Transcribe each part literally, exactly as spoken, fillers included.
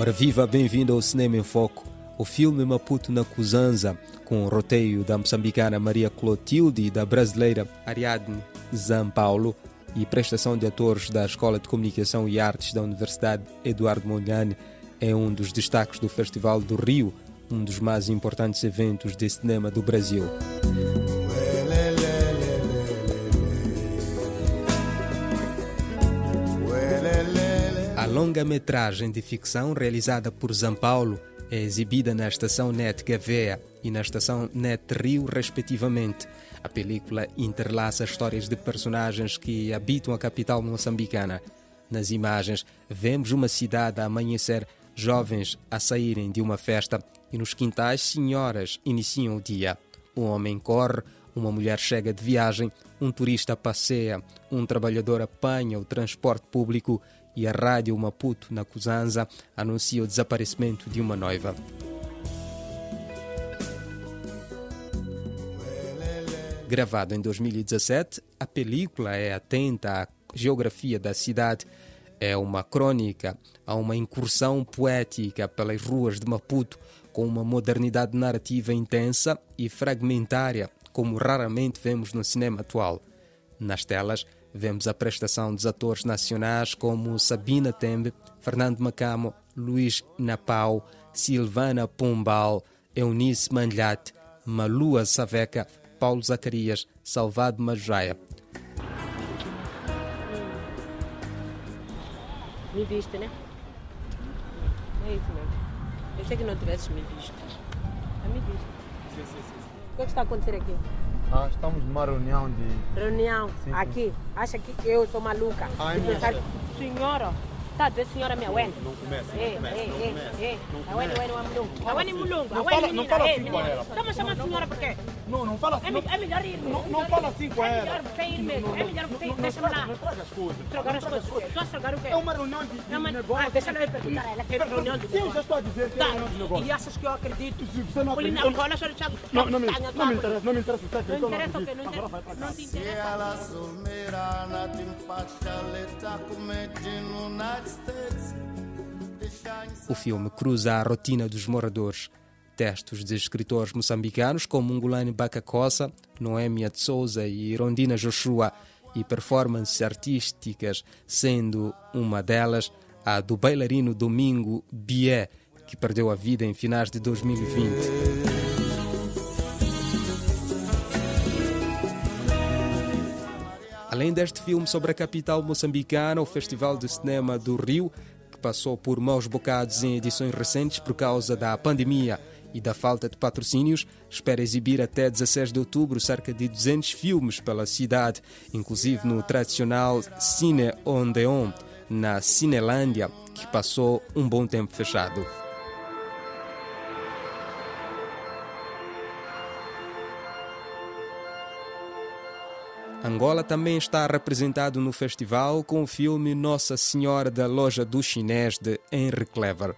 Ora viva, bem-vindo ao Cinema em Foco. O filme Maputo na Cusanza, com o roteiro da moçambicana Maria Clotilde e da brasileira Ariadne Zampaulo e prestação de atores da Escola de Comunicação e Artes da Universidade Eduardo Mondlane, é um dos destaques do Festival do Rio, um dos mais importantes eventos de cinema do Brasil. A longa-metragem de ficção realizada por Zampaulo é exibida na Estação Net Gavea e na Estação Net Rio, respectivamente. A película interlaça histórias de personagens que habitam a capital moçambicana. Nas imagens, vemos uma cidade a amanhecer, jovens a saírem de uma festa e nos quintais, senhoras iniciam o dia. Um homem corre, uma mulher chega de viagem, um turista passeia, um trabalhador apanha o transporte público e a rádio Maputo na Cusanza anuncia o desaparecimento de uma noiva. Gravado em dois mil e dezassete, a película é atenta à geografia da cidade. É uma crônica, a uma incursão poética pelas ruas de Maputo, com uma modernidade narrativa intensa e fragmentária, como raramente vemos no cinema atual. Nas telas, vemos a prestação dos atores nacionais como Sabina Tembe, Fernando Macamo, Luís Napau, Silvana Pombal, Eunice Manlhate, Malua Saveca, Paulo Zacarias, Salvado Majaia. Me viste, né? É isso mesmo. Eu sei que não tivesses me visto. É me viste. Sim, sim, sim. O que é que está a acontecer aqui? Ah, estamos numa reunião de... Reunião. Sim, sim. Aqui. Acha que eu sou maluca? Ah, De é pensar- mesmo? Senhora. Tá a dizer senhora minha, ué? Não começa, não Ei, começa, ei, não ei, começa. ei. Não A ué, começa. ué, ué, mulungu. A ué, mulungu. Não A ué, fala- não menina. fala Ei, assim com menina. ela. Estamos chamando a senhora por quê? Não, não fala É, assim. me- é melhor ir. Não, não fala assim com É ela. melhor você ir mesmo. É melhor você ir. Não, não Deixa-me traga- lá. não traga as coisas. Trocar as coisas. Estou a estragar o quê? É uma reunião de, de Não, mas- negócio. ah, deixa eu perguntar a ela. Que é reunião de Sim, eu já negócio. estou a dizer que é Tá, reunião de negócio. e achas que eu acredito? Se você não Polina, acredita... olha só, Thiago. Não, não, me, Tá, não tá, me interessa, não me interessa. Você Não acredita ou não interessa o quê? acredita? Não Agora vai interessa. para Não casa. te Se interessa. ela somerana tem fachaleta comete no United States. O filme cruza a rotina dos moradores. Textos de escritores moçambicanos como Ngulane Bakakosa, Noémia de Souza e Rondina Joshua e performances artísticas, sendo uma delas a do bailarino Domingo Bié, que perdeu a vida em finais de dois mil e vinte. Além deste filme sobre a capital moçambicana, o Festival de Cinema do Rio, que passou por maus bocados em edições recentes por causa da pandemia e da falta de patrocínios, espera exibir até dezasseis de outubro cerca de duzentos filmes pela cidade, inclusive no tradicional Cine Ondeon, na Cinelândia, que passou um bom tempo fechado. Angola também está representado no festival com o filme Nossa Senhora da Loja do Chinês, de Henry Clever.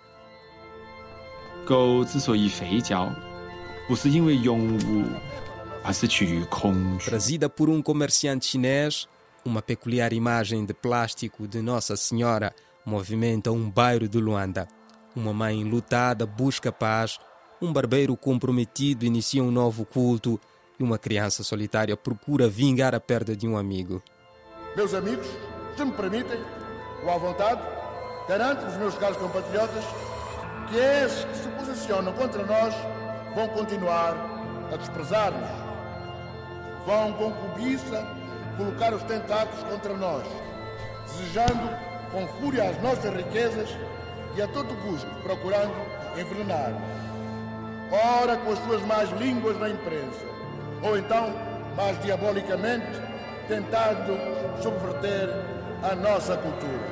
狗之所以肥脚，不是因为拥物，而是取于空虚。 Trazida por um comerciante chinês, uma peculiar imagem de plástico de Nossa Senhora movimenta um bairro de Luanda. Uma mãe lutada busca paz, um barbeiro comprometido inicia um novo culto e uma criança solitária procura vingar a perda de um amigo. Meus amigos, se me permitem, ou à vontade, garanto-vos, meus caros compatriotas, que esses que se posicionam contra nós vão continuar a desprezar-nos. Vão com cobiça colocar os tentáculos contra nós, desejando com fúria as nossas riquezas e a todo custo procurando envenenar-nos. Ora com as suas más línguas na imprensa, ou então, mais diabolicamente, tentando subverter a nossa cultura.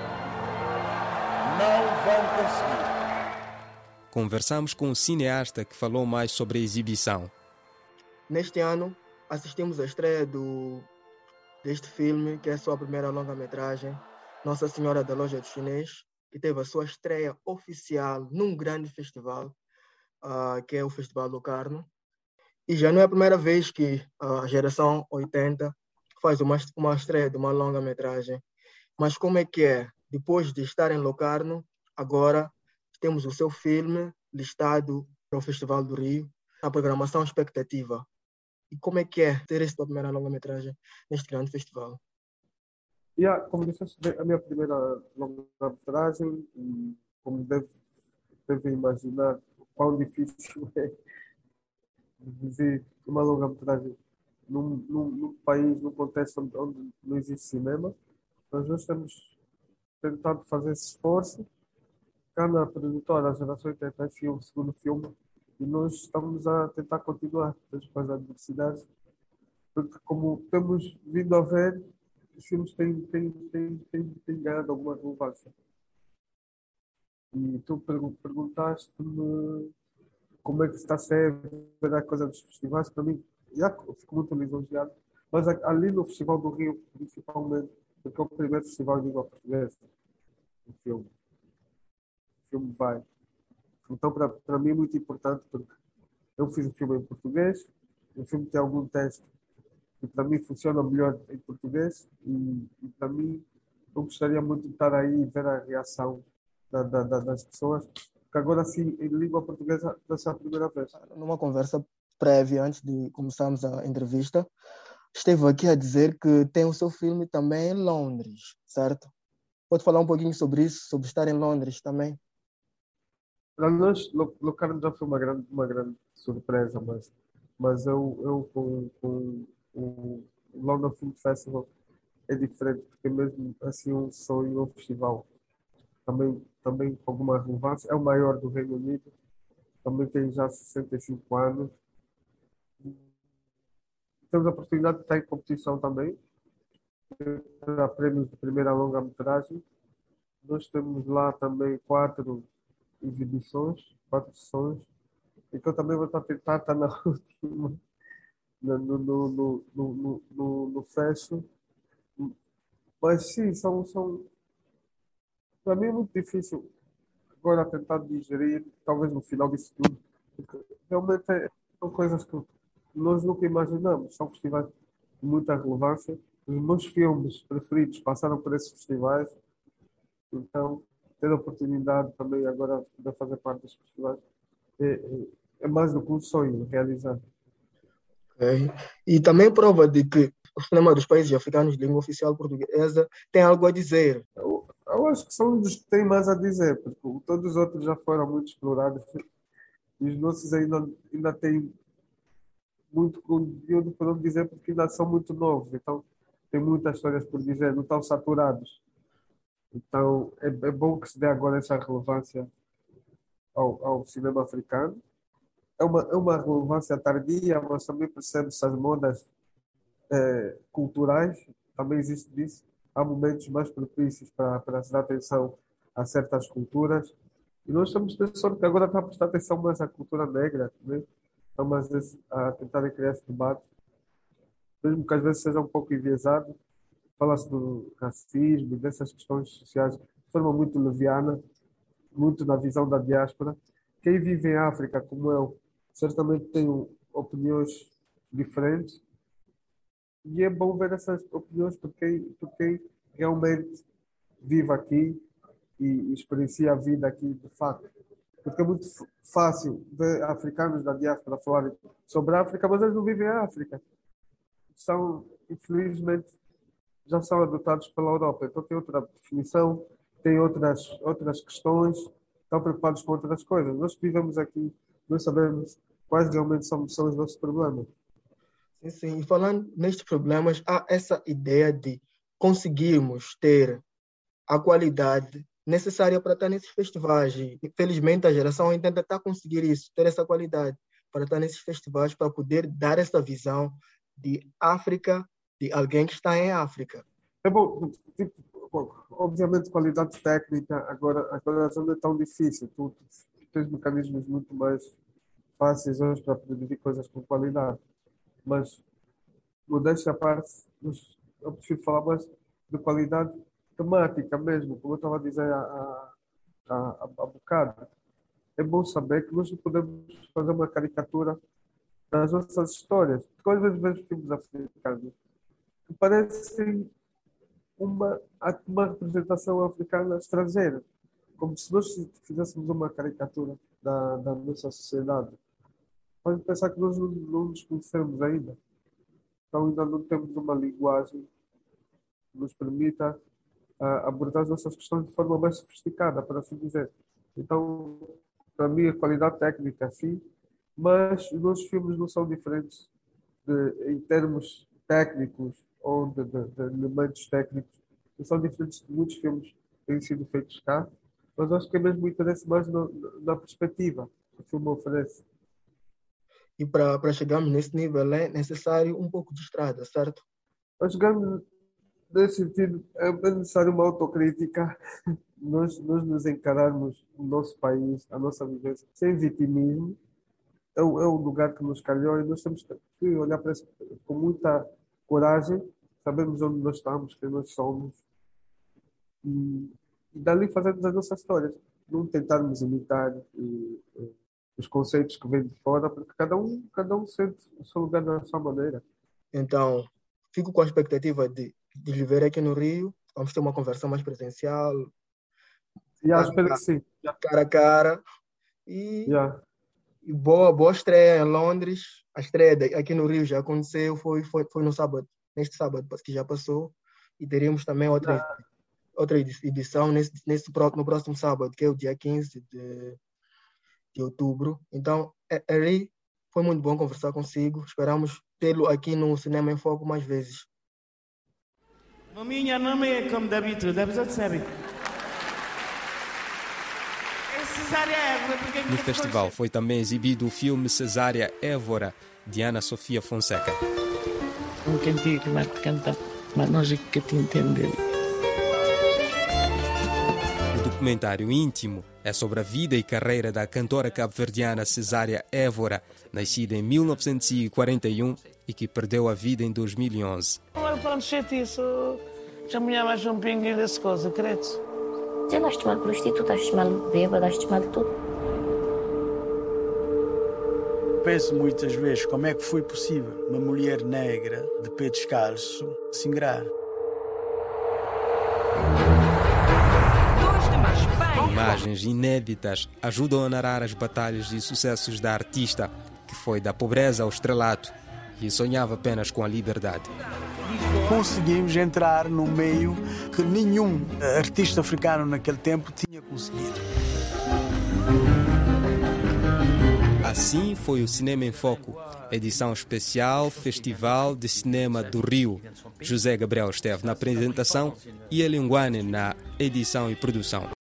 Não vão conseguir. Conversamos com o cineasta que falou mais sobre a exibição. Neste ano, assistimos à estreia do, deste filme, que é a sua primeira longa-metragem, Nossa Senhora da Loja do Chinês, que teve a sua estreia oficial num grande festival, uh, que é o Festival do Carmo. E já não é a primeira vez que a geração oitenta faz uma, uma estreia de uma longa-metragem. Mas como é que é? Depois de estar em Locarno, agora temos o seu filme listado para o Festival do Rio, a programação expectativa. E como é que é ter esta primeira longa-metragem neste grande festival? Yeah, como disseste, a minha primeira longa-metragem, e como deve, deve imaginar, quão difícil é dizer uma longa-metragem num, num, num país, num contexto onde, onde não existe cinema, mas nós temos tentado fazer esse esforço. Cá na produtora, a Geração oitenta é o segundo filme, e nós estamos a tentar continuar com as adversidades, porque como temos vindo a ver, os filmes têm, têm, têm, têm, têm ganhado alguma relevância. E tu perguntaste-me como é que está a ser a coisa dos festivais. Para mim, já fico muito lisonjeado, mas ali no Festival do Rio, principalmente, porque é o primeiro festival de língua portuguesa, o filme. O filme vai. Então, para, para mim é muito importante, porque eu fiz o filme em português, o filme tem algum texto que para mim funciona melhor em português, e, e para mim eu gostaria muito de estar aí e ver a reação da, da, da, das pessoas, porque agora sim, em língua portuguesa, vai ser a primeira vez. Numa conversa prévia, antes de começarmos a entrevista, esteve aqui a dizer que tem o seu filme também em Londres, certo? Pode falar um pouquinho sobre isso, sobre estar em Londres também? Para nós, Locarno já foi uma grande, uma grande surpresa, mas, mas eu, eu com, com o London Film Festival é diferente, porque é mesmo assim um sonho, um festival também, também com alguma relevância. É o maior do Reino Unido, também tem já sessenta e cinco anos. Temos a oportunidade de estar em competição também, para prêmios de primeira longa-metragem. Nós temos lá também quatro exibições, quatro sessões, então também vou estar a tentar estar na última, no, no, no, no, no, no, no fecho. Mas sim, são, são, para mim é muito difícil agora tentar digerir, talvez no final disso tudo, porque realmente é, são coisas que nós nunca imaginamos, são festivais de muita relevância. Os meus filmes preferidos passaram por esses festivais, então ter a oportunidade também agora de fazer parte dos festivais é, é, é mais do que um sonho realizar. Okay. E também prova de que o cinema dos países africanos de língua oficial portuguesa tem algo a dizer. Eu, eu acho que são um dos que têm mais a dizer, porque todos os outros já foram muito explorados e os nossos ainda, ainda têm muito conteúdo para não dizer, porque ainda são muito novos, então tem muitas histórias por dizer, não estão saturados. Então é, é bom que se dê agora essa relevância ao, ao cinema africano. É uma, é uma relevância tardia, mas também percebe-se as modas eh, culturais, também existe disso. Há momentos mais propícios para, para se dar atenção a certas culturas. E nós estamos tendo sorte que agora está a prestar atenção mais à cultura negra, né? Estamos a tentar criar esse debate, mesmo que às vezes seja um pouco enviesado. Fala-se do racismo, dessas questões sociais de forma muito leviana, muito na visão da diáspora. Quem vive em África, como eu, certamente tem opiniões diferentes, e é bom ver essas opiniões por quem, por quem realmente vive aqui e experiencia a vida aqui de fato. Porque é muito fácil ver africanos da diáspora falarem sobre a África, mas eles não vivem a África. São, infelizmente, já são adotados pela Europa. Então tem outra definição, tem outras, outras questões, estão preocupados com outras coisas. Nós que vivemos aqui, nós sabemos quais realmente são, são os nossos problemas. Sim, sim. E falando nestes problemas, há essa ideia de conseguirmos ter a qualidade necessária para estar nesses festivais. E, infelizmente, a geração ainda tenta a conseguir isso, ter essa qualidade para estar nesses festivais, para poder dar essa visão de África, de alguém que está em África. É bom, tipo, bom, obviamente qualidade técnica agora, agora não é tão difícil. Tu, tu tens mecanismos muito mais fáceis hoje para produzir coisas com qualidade. Mas, modéstia à parte, eu prefiro falar mais de qualidade temática mesmo, como eu estava a dizer há, há, há bocado. É bom saber que nós podemos fazer uma caricatura das nossas histórias. Porque às vezes vejo filmes africanos que parecem uma, uma representação africana estrangeira. como se nós fizéssemos uma caricatura da, da nossa sociedade. Pode pensar que nós não, não nos conhecemos ainda. Então ainda não temos uma linguagem que nos permita uh, abordar as nossas questões de forma mais sofisticada, por assim dizer. Então, para mim, a qualidade técnica, sim, mas os nossos filmes não são diferentes de, em termos técnicos ou de, de, de elementos técnicos, não são diferentes de muitos filmes que têm sido feitos cá, mas acho que é mesmo o interesse mais no, na perspectiva que o filme oferece. E para chegarmos nesse nível é necessário um pouco de estrada, certo? Para chegarmos nesse sentido, é necessário uma autocrítica, nós, nós nos encararmos o nosso país, a nossa vivência, sem vitimismo. É o, é o lugar que nos calhou e nós temos que olhar para isso com muita coragem, sabemos onde nós estamos, quem nós somos, e, e dali fazermos as nossas histórias, não tentarmos imitar e, e, os conceitos que vêm de fora, porque cada um, cada um sente o seu lugar da sua maneira. Então, fico com a expectativa de, de lhe ver aqui no Rio, vamos ter uma conversa mais presencial. E yeah, espero que sim. Cara a cara. E, yeah. e boa, boa estreia em Londres. A estreia de, aqui no Rio já aconteceu, foi, foi, foi no sábado, neste sábado que já passou. E teremos também outra, yeah. outra edição nesse, nesse, no próximo sábado, que é o dia quinze de, de outubro. Então, Harry, foi muito bom conversar consigo. Esperamos tê-lo aqui no Cinema em Foco mais vezes. Maminha não é como d'habitude, d'habitude sabe. No festival foi também exibido o filme Cesária Évora, de Ana Sofia Fonseca. Um cantigo que vai cantar, mas nós é que te entender. O documentário íntimo é sobre a vida e carreira da cantora cabo-verdiana Cesária Évora, nascida em mil novecentos e quarenta e um e que perdeu a vida em dois mil e onze. Agora pronto, chatice, já me mais um pinguinho dessa coisa, credo. Já daste mal prostituta, daste mal bêbada, daste mal tudo. Penso muitas vezes como é que foi possível uma mulher negra, de pé descalço, se ingrar. Imagens inéditas ajudam a narrar as batalhas e sucessos da artista, que foi da pobreza ao estrelato e sonhava apenas com a liberdade. Conseguimos entrar num meio que nenhum artista africano naquele tempo tinha conseguido. Assim foi o Cinema em Foco, edição especial Festival de Cinema do Rio. José Gabriel esteve na apresentação e Elinguane na edição e produção.